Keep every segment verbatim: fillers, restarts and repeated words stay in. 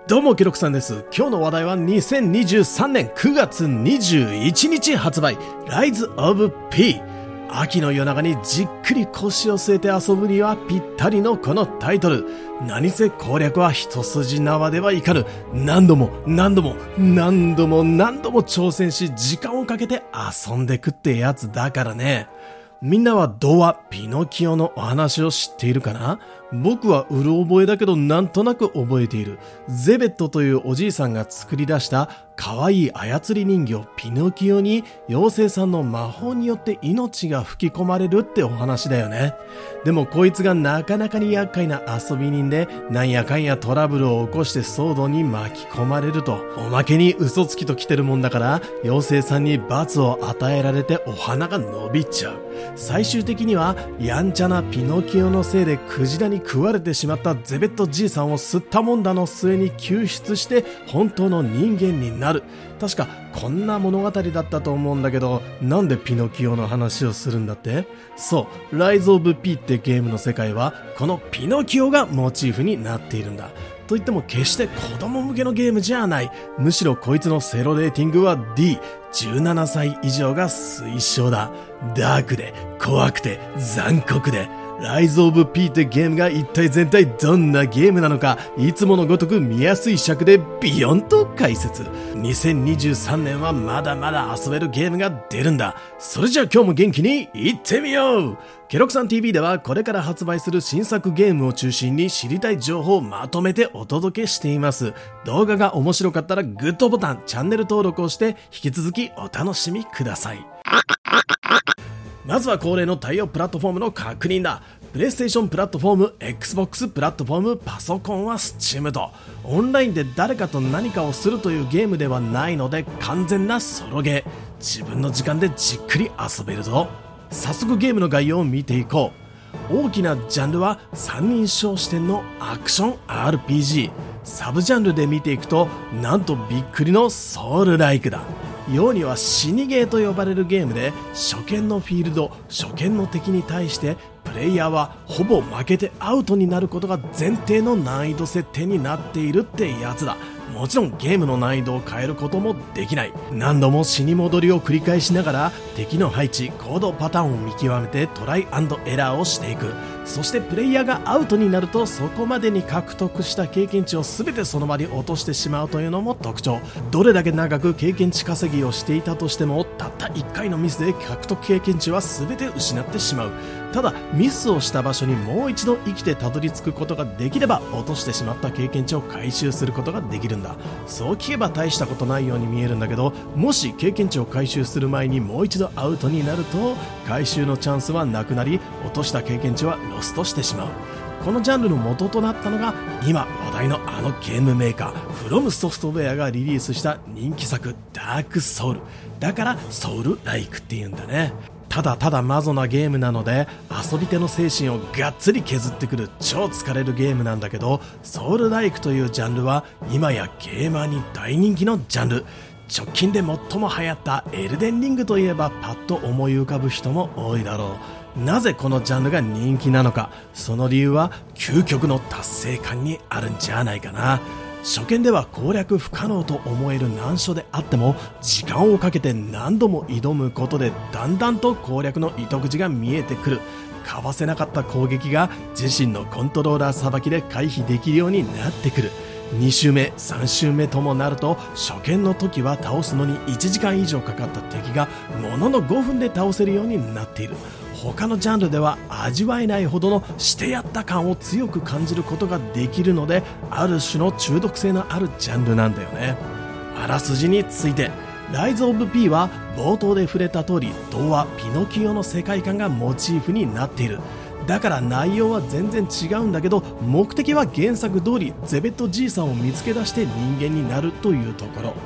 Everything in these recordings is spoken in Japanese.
どうもケロクさんです。今日の話題はにせんにじゅうさんねんくがつにじゅういちにち発売 Rise of P。 秋の夜長にじっくり腰を据えて遊ぶにはぴったりのこのタイトル。何せ攻略は一筋縄ではいかぬ。何度も何度も何度も何度も挑戦し時間をかけて遊んでくってやつだからね。みんなは童話ピノキオのお話を知っているかな？僕はうろ覚えだけどなんとなく覚えている。ゼベットというおじいさんが作り出した可愛い操り人形ピノキオに妖精さんの魔法によって命が吹き込まれるってお話だよね。でもこいつがなかなかに厄介な遊び人で、なんやかんやトラブルを起こして騒動に巻き込まれると。おまけに嘘つきと来てるもんだから妖精さんに罰を与えられてお花が伸びちゃう。最終的にはやんちゃなピノキオのせいでクジラに食われてしまったゼベットじいさんを吸ったもんだの末に救出して本当の人間になる。確かこんな物語だったと思うんだけど、なんでピノキオの話をするんだって？そう、Rise of P ってゲームの世界はこのピノキオがモチーフになっているんだ。といっても決して子供向けのゲームじゃない。むしろこいつのセロレーティングは ディー、じゅうななさい以上が推奨だ。ダークで怖くて残酷で、Rise of P ってゲームが一体全体どんなゲームなのか、いつものごとく見やすい尺でビヨンと解説。にせんにじゅうさんねんはまだまだ遊べるゲームが出るんだ。それじゃあ今日も元気にいってみよう。ケロクさん ティーブイ ではこれから発売する新作ゲームを中心に知りたい情報をまとめてお届けしています。動画が面白かったらグッドボタン、チャンネル登録をして引き続きお楽しみください。まずは恒例の対応プラットフォームの確認だ。プレイステーションプラットフォーム、Xbox プラットフォーム、パソコンは Steam と。オンラインで誰かと何かをするというゲームではないので完全なソロゲー。自分の時間でじっくり遊べるぞ。早速ゲームの概要を見ていこう。大きなジャンルは三人称視点のアクション アールピージー。サブジャンルで見ていくとなんとびっくりのソウルライクだ。世には死にゲーと呼ばれるゲームで、初見のフィールド、初見の敵に対してプレイヤーはほぼ負けてアウトになることが前提の難易度設定になっているってやつだ。もちろんゲームの難易度を変えることもできない。何度も死に戻りを繰り返しながら敵の配置、行動パターンを見極めてトライアンドエラーをしていく。そしてプレイヤーがアウトになるとそこまでに獲得した経験値を全てその場に落としてしまうというのも特徴。どれだけ長く経験値稼ぎをしていたとしてもたったいっかいのミスで獲得経験値は全て失ってしまう。ただミスをした場所にもう一度生きてたどり着くことができれば落としてしまった経験値を回収することができるんだ。そう聞けば大したことないように見えるんだけど、もし経験値を回収する前にもう一度アウトになると回収のチャンスはなくなり、落とした経験値はロストしてしまう。このジャンルの元となったのが今話題のあのゲームメーカーフロムソフトウェアがリリースした人気作ダークソウルだからソウルライクって言うんだね。ただただマゾなゲームなので遊び手の精神をがっつり削ってくる超疲れるゲームなんだけど、ソウルライクというジャンルは今やゲーマーに大人気のジャンル。直近で最も流行ったエルデンリングといえばパッと思い浮かぶ人も多いだろう。なぜこのジャンルが人気なのか、その理由は究極の達成感にあるんじゃないかな。初見では攻略不可能と思える難所であっても時間をかけて何度も挑むことでだんだんと攻略の糸口が見えてくる。かわせなかった攻撃が自身のコントローラーさばきで回避できるようになってくる。に周目さん周目ともなると初見の時は倒すのにいちじかん以上かかった敵がもののごふんで倒せるようになっている。他のジャンルでは味わえないほどのしてやった感を強く感じることができるので、ある種の中毒性のあるジャンルなんだよね。あらすじについて、Rise of P は冒頭で触れた通り童話ピノキオの世界観がモチーフになっている。だから内容は全然違うんだけど、目的は原作通りゼベットじいさんを見つけ出して人間になるというところ。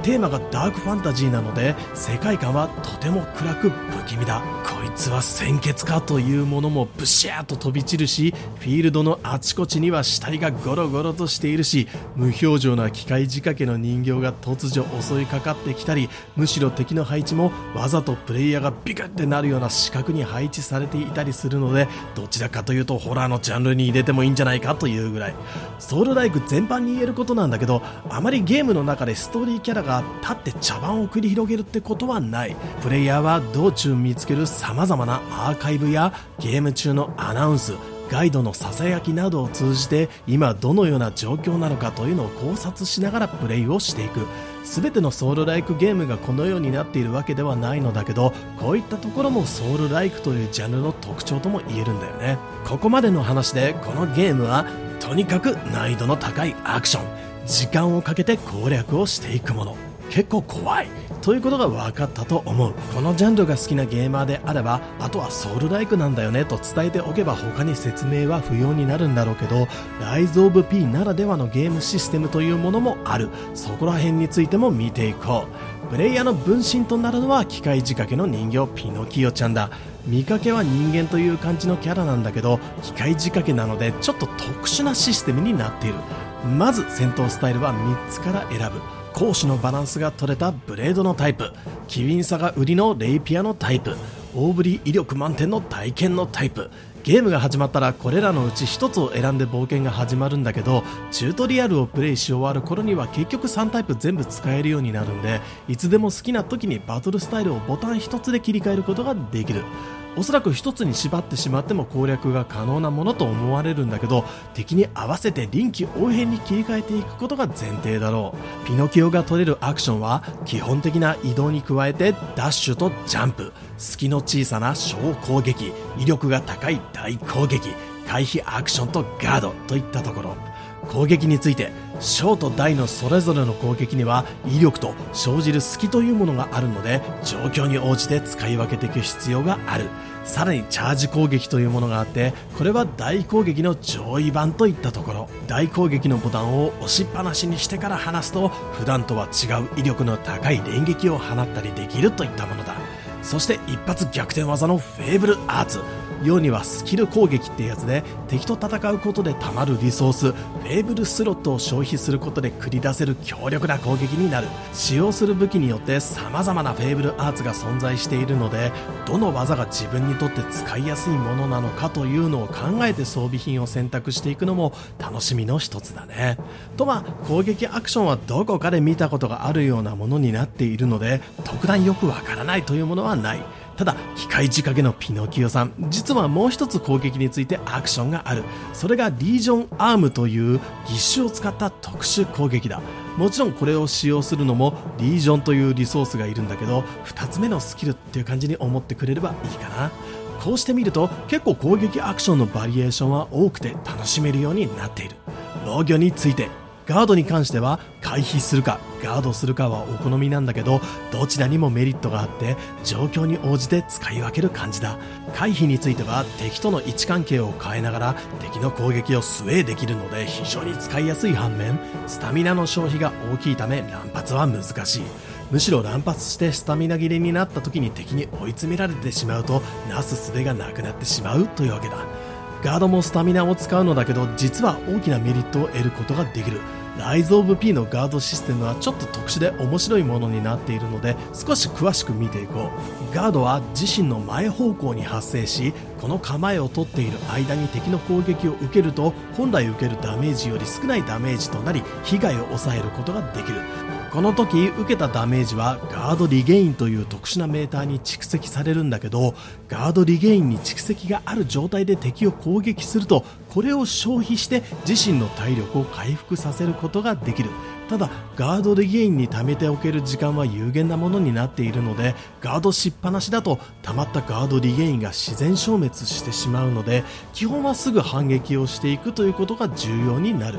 テーマがダークファンタジーなので世界観はとても暗く不気味だ。こいつは鮮血かというものもブシャーと飛び散るし、フィールドのあちこちには死体がゴロゴロとしているし、無表情な機械仕掛けの人形が突如襲いかかってきたり、むしろ敵の配置もわざとプレイヤーがビクってなるような四角に配置されていたりするので、どちらかというとホラーのジャンルに入れてもいいんじゃないかというぐらい。ソウルライク全般に言えることなんだけど、あまりゲームの中でストーリーキャラが立って茶番を繰り広げるってことはない。プレイヤーは道中見つける様々なアーカイブやゲーム中のアナウンス、ガイドのささやきなどを通じて今どのような状況なのかというのを考察しながらプレイをしていく。全てのソウルライクゲームがこのようになっているわけではないのだけど、こういったところもソウルライクというジャンルの特徴とも言えるんだよね。ここまでの話でこのゲームはとにかく難易度の高いアクション、時間をかけて攻略をしていくもの、結構怖いということが分かったと思う。このジャンルが好きなゲーマーであれば、あとはソウルライクなんだよねと伝えておけば他に説明は不要になるんだろうけど、ライズオブ P ならではのゲームシステムというものもある。そこら辺についても見ていこう。プレイヤーの分身となるのは機械仕掛けの人形ピノキオちゃんだ。見かけは人間という感じのキャラなんだけど、機械仕掛けなのでちょっと特殊なシステムになっている。まず戦闘スタイルはみっつから選ぶ。攻守のバランスが取れたブレードのタイプ、機敏さが売りのレイピアのタイプ、大振り威力満点の体験のタイプ。ゲームが始まったらこれらのうちひとつを選んで冒険が始まるんだけど、チュートリアルをプレイし終わる頃には結局さんタイプ全部使えるようになるんで、いつでも好きな時にバトルスタイルをボタンひとつで切り替えることができる。おそらく一つに縛ってしまっても攻略が可能なものと思われるんだけど、敵に合わせて臨機応変に切り替えていくことが前提だろう。ピノキオが取れるアクションは基本的な移動に加えてダッシュとジャンプ、隙の小さな小攻撃、威力が高い大攻撃、回避アクションとガードといったところ。攻撃について小と大のそれぞれの攻撃には威力と生じる隙というものがあるので、状況に応じて使い分けていく必要がある。さらにチャージ攻撃というものがあって、これは大攻撃の上位版といったところ。大攻撃のボタンを押しっぱなしにしてから離すと、普段とは違う威力の高い連撃を放ったりできるといったものだ。そして一発逆転技のフェーブルアーツ、要にはスキル攻撃ってやつで、敵と戦うことで溜まるリソースフェーブルスロットを消費することで繰り出せる強力な攻撃になる。使用する武器によって様々なフェーブルアーツが存在しているので、どの技が自分にとって使いやすいものなのかというのを考えて装備品を選択していくのも楽しみの一つだね。とまあ攻撃アクションはどこかで見たことがあるようなものになっているので、特段よくわからないというものはない。ただ機械仕掛けのピノキオさん、実はもう一つ攻撃についてアクションがある。それがリージョンアームという義手を使った特殊攻撃だ。もちろんこれを使用するのもリージョンというリソースがいるんだけど、ふたつめのスキルっていう感じに思ってくれればいいかな。こうしてみると結構攻撃アクションのバリエーションは多くて楽しめるようになっている。防御について、ガードに関しては回避するかガードするかはお好みなんだけど、どちらにもメリットがあって状況に応じて使い分ける感じだ。回避については敵との位置関係を変えながら敵の攻撃をスウェーできるので非常に使いやすい反面、スタミナの消費が大きいため乱発は難しい。むしろ乱発してスタミナ切れになった時に敵に追い詰められてしまうとなす術がなくなってしまうというわけだ。ガードもスタミナを使うのだけど、実は大きなメリットを得ることができる。ライズオブ P のガードシステムはちょっと特殊で面白いものになっているので、少し詳しく見ていこう。ガードは自身の前方向に発生し、この構えを取っている間に敵の攻撃を受けると本来受けるダメージより少ないダメージとなり、被害を抑えることができる。この時受けたダメージはガードリゲインという特殊なメーターに蓄積されるんだけど、ガードリゲインに蓄積がある状態で敵を攻撃すると、これを消費して自身の体力を回復させることができる。ただガードリゲインに貯めておける時間は有限なものになっているので、ガードしっぱなしだと溜まったガードリゲインが自然消滅してしまうので、基本はすぐ反撃をしていくということが重要になる。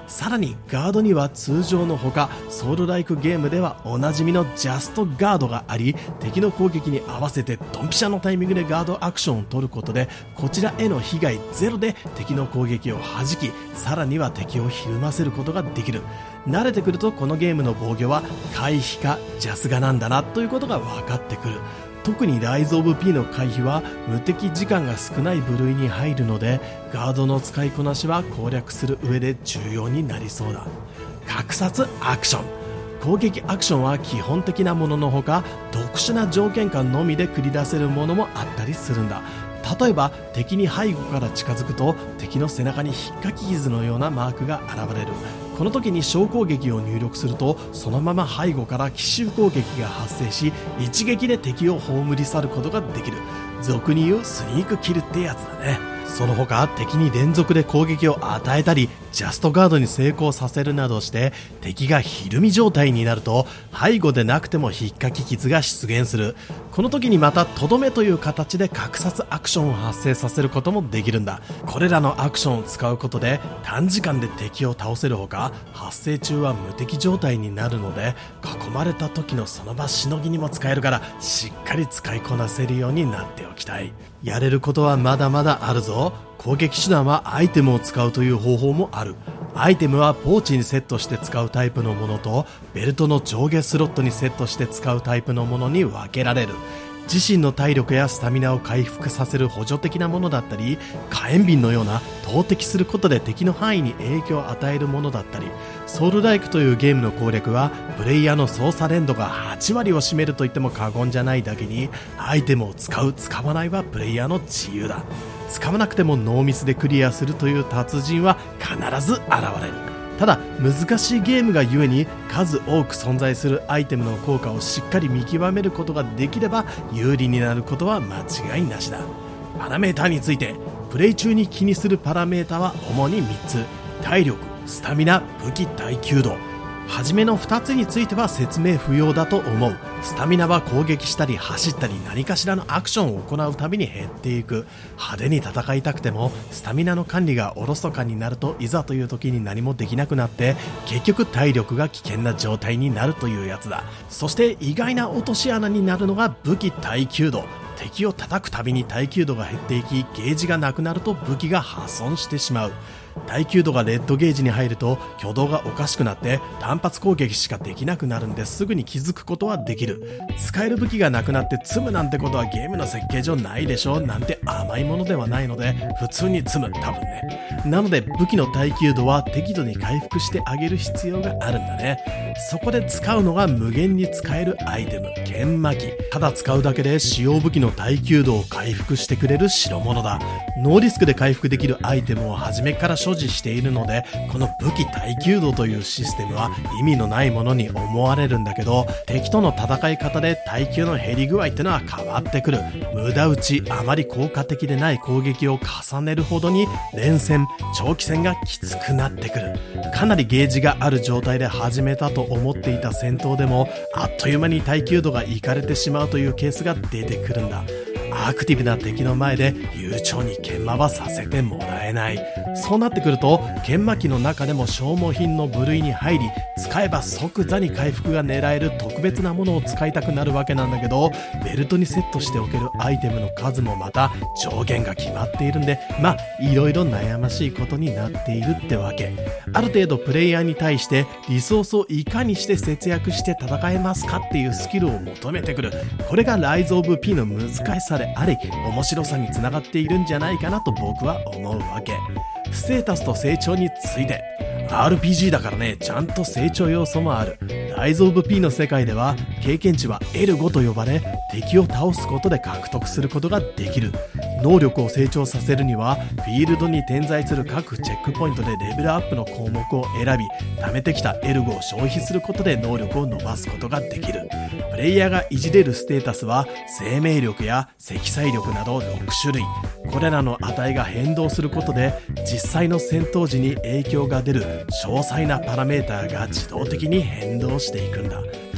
さらにガードには通常のほかソウルライクゲームではおなじみのジャストガードがあり、敵の攻撃に合わせてドンピシャのタイミングでガードアクションを取ることでこちらへの被害ゼロで敵の攻撃を弾き、さらには敵をひるませることができる。慣れてくるとこのゲームの防御は回避かジャスガなんだなということが分かってくる。特にライズオブ P の回避は無敵時間が少ない部類に入るのでガードの使いこなしは攻略する上で重要になりそうだ。格殺アクション。攻撃アクションは基本的なもののほか特殊な条件下のみで繰り出せるものもあったりするんだ。例えば敵に背後から近づくと敵の背中に引っかき傷のようなマークが現れる。この時に小攻撃を入力するとそのまま背後から奇襲攻撃が発生し一撃で敵を葬り去ることができる。俗に言うスニークキルってやつだね。その他敵に連続で攻撃を与えたりジャストガードに成功させるなどして敵がひるみ状態になると背後でなくても引っかき傷が出現する。この時にまたとどめという形で格殺アクションを発生させることもできるんだ。これらのアクションを使うことで短時間で敵を倒せるほか発生中は無敵状態になるので囲まれた時のその場しのぎにも使えるからしっかり使いこなせるようになっておきたい。やれることはまだまだあるぞ。攻撃手段はアイテムを使うという方法もある。アイテムはポーチにセットして使うタイプのものとベルトの上下スロットにセットして使うタイプのものに分けられる。自身の体力やスタミナを回復させる補助的なものだったり火炎瓶のような投擲することで敵の範囲に影響を与えるものだったり、ソウルライクというゲームの攻略はプレイヤーの操作連動がはちわりを占めると言っても過言じゃないだけにアイテムを使う使わないはプレイヤーの自由だ。使わなくてもノーミスでクリアするという達人は必ず現れる。ただ難しいゲームがゆえに数多く存在するアイテムの効果をしっかり見極めることができれば有利になることは間違いなしだ。パラメーターについてプレイ中に気にするパラメータは主にみっつ。体力、スタミナ、武器耐久度。はじめのふたつについては説明不要だと思う。スタミナは攻撃したり走ったり何かしらのアクションを行うたびに減っていく。派手に戦いたくてもスタミナの管理がおろそかになるといざという時に何もできなくなって結局体力が危険な状態になるというやつだ。そして意外な落とし穴になるのが武器耐久度。敵を叩くたびに耐久度が減っていきゲージがなくなると武器が破損してしまう。耐久度がレッドゲージに入ると挙動がおかしくなって単発攻撃しかできなくなるんですぐに気づくことはできる。使える武器がなくなって積むなんてことはゲームの設計上ないでしょなんて甘いものではないので普通に積む多分ね。なので武器の耐久度は適度に回復してあげる必要があるんだね。そこで使うのが無限に使えるアイテム剣巻。ただ使うだけで使用武器の耐久度を回復してくれる代物だ。ノーリスクで回復できるアイテムを初めから所持しているのでこの武器耐久度というシステムは意味のないものに思われるんだけど敵との戦い方で耐久の減り具合ってのは変わってくる。無駄打ちあまり効果的でない攻撃を重ねるほどに連戦長期戦がきつくなってくる。かなりゲージがある状態で始めたと思っていた戦闘でもあっという間に耐久度がいかれてしまうというケースが出てくるんだ。アクティブな敵の前で悠長に剣魔はさせてもらえない。そうなってくると剣魔機の中でも消耗品の部類に入り使えば即座に回復が狙える特別なものを使いたくなるわけなんだけどベルトにセットしておけるアイテムの数もまた上限が決まっているんでまあいろいろ悩ましいことになっているってわけ。ある程度プレイヤーに対してリソースをいかにして節約して戦えますかっていうスキルを求めてくる。これがライズオブ P の難しさであり面白さにつながっているんじゃないかなと僕は思うわけ。ステータスと成長について アールピージー だからねちゃんと成長要素もある。ライズオブ P の世界では経験値は エルご と呼ばれ敵を倒すことで獲得することができる。能力を成長させるにはフィールドに点在する各チェックポイントでレベルアップの項目を選び貯めてきた エルご を消費することで能力を伸ばすことができる。プレイヤーがいじれるステータスは生命力や積載力などろくしゅるい。これらの値が変動することで実際の戦闘時に影響が出る詳細なパラメーターが自動的に変動していくんだ。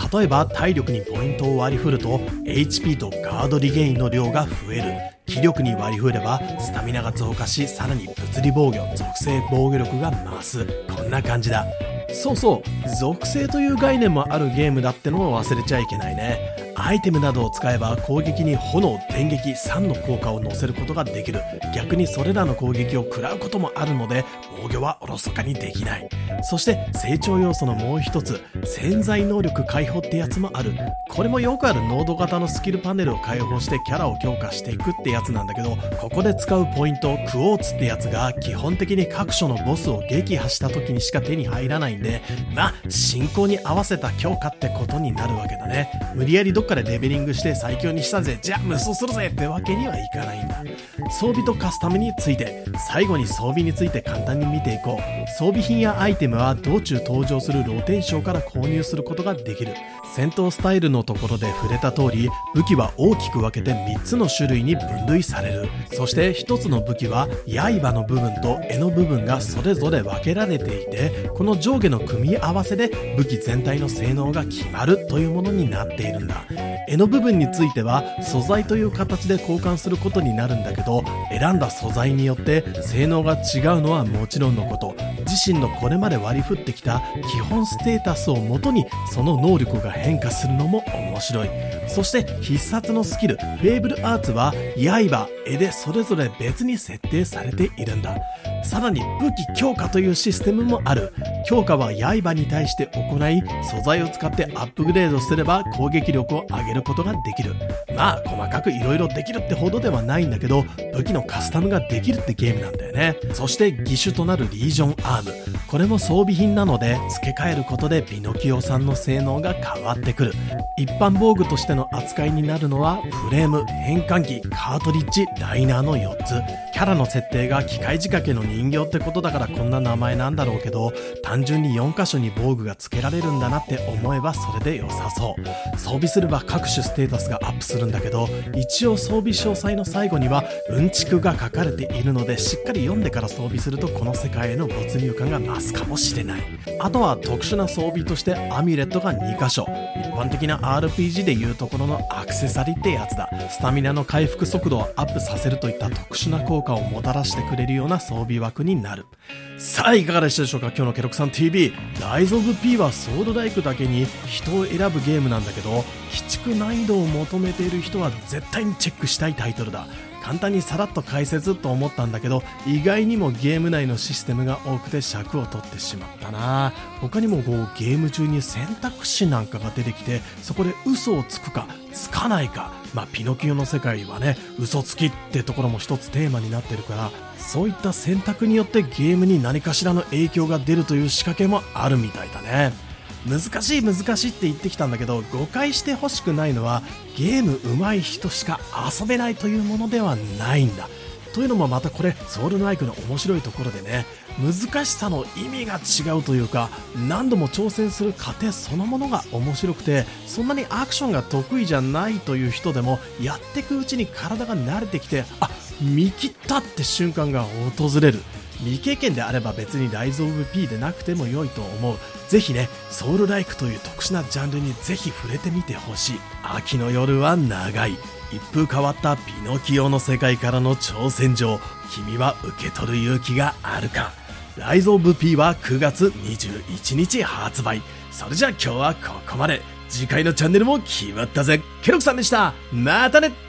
例えば体力にポイントを割り振ると エイチピー とガードリゲインの量が増える。気力に割り振ればスタミナが増加し、さらに物理防御、属性防御力が増す。こんな感じだ。そうそう、属性という概念もあるゲームだってのを忘れちゃいけないね。アイテムなどを使えば攻撃に炎、電撃、酸の効果を乗せることができる。逆にそれらの攻撃を食らうこともあるので防御はおろそかにできない。そして成長要素のもう一つ、潜在能力解放ってやつもある。これもよくあるノード型のスキルパネルを解放してキャラを強化していくってやつなんだけど、ここで使うポイント、クォーツってやつが基本的に各所のボスを撃破した時にしか手に入らないんで、まあ進行に合わせた強化ってことになるわけだね。無理やりどっかでレベリングして最強にしたぜ、じゃあ無双するぜってわけにはいかないんだ。装備とカスタムについて、最後に装備について簡単に見ていこう。装備品やアイテムは道中登場する露天商から購入することができる。戦闘スタイルのところで触れた通り、武器は大きく分けてみっつの種類に分類される。そしてひとつの武器は刃の部分と柄の部分がそれぞれ分けられていて、この上下の組み合わせで武器全体の性能が決まるというものになっているんだ。柄の部分については素材という形で交換することになるんだけど、選んだ素材によって性能が違うのはもちろんのこと、自身のこれまで割り振ってきた基本ステータスをもとにその能力が変化するのも面白い。そして必殺のスキル、フェーブルアーツは刃、柄でそれぞれ別に設定されているんだ。さらに武器強化というシステムもある。強化は刃に対して行い、素材を使ってアップグレードすれば攻撃力を上げることができる。まあ細かく色々できるってほどではないんだけど、武器のカスタムができるってゲームなんだよね。そして義手となるリージョンアーム、これも装備品なので付け替えることでピノキオさんの性能が変わってくる。一般防具としての扱いになるのはフレーム、変換器、カートリッジ、ライナーのよっつ。キャラの設定が機械仕掛けの人形ってことだからこんな名前なんだろうけど、単純によん箇所に防具が付けられるんだなって思えばそれで良さそう。装備すれば各種ステータスがアップするんだけど、一応装備詳細の最後にはうんちくが書かれているので、しっかり読んでから装備するとこの世界への没入感が増すかもしれない。あとは特殊な装備としてアミュレットがに箇所、一般的な アールピージー でいうところのアクセサリーってやつだ。スタミナの回復速度をアップさせるといった特殊な効果をもたらしてくれるような装備枠になる。さあいかがでしたでしょうか。今日のケロクさん ティーブイ、 ライズオブ P はソウルライクだけに人を選ぶゲームなんだけど、鬼畜難易度を求めている人は絶対にチェックしたいタイトルだ。簡単にさらっと解説と思ったんだけど、意外にもゲーム内のシステムが多くて尺を取ってしまったな。他にもこうゲーム中に選択肢なんかが出てきて、そこで嘘をつくかつかないか、まあピノキオの世界はね、嘘つきってところも一つテーマになってるから、そういった選択によってゲームに何かしらの影響が出るという仕掛けもあるみたいだね。難しい難しいって言ってきたんだけど、誤解してほしくないのはゲーム上手い人しか遊べないというものではないんだ。というのもまたこれソウルライクの面白いところでね、難しさの意味が違うというか、何度も挑戦する過程そのものが面白くて、そんなにアクションが得意じゃないという人でもやっていくうちに体が慣れてきて、あ、見切ったって瞬間が訪れる。未経験であれば別にライズオブ P でなくても良いと思う。ぜひね、ソウルライクという特殊なジャンルにぜひ触れてみてほしい。秋の夜は長い。一風変わったピノキオの世界からの挑戦状、君は受け取る勇気があるか。ライズオブ P はくがつにじゅういちにち発売。それじゃあ今日はここまで。次回のチャンネルも決まったぜ。ケロクさんでした。またね。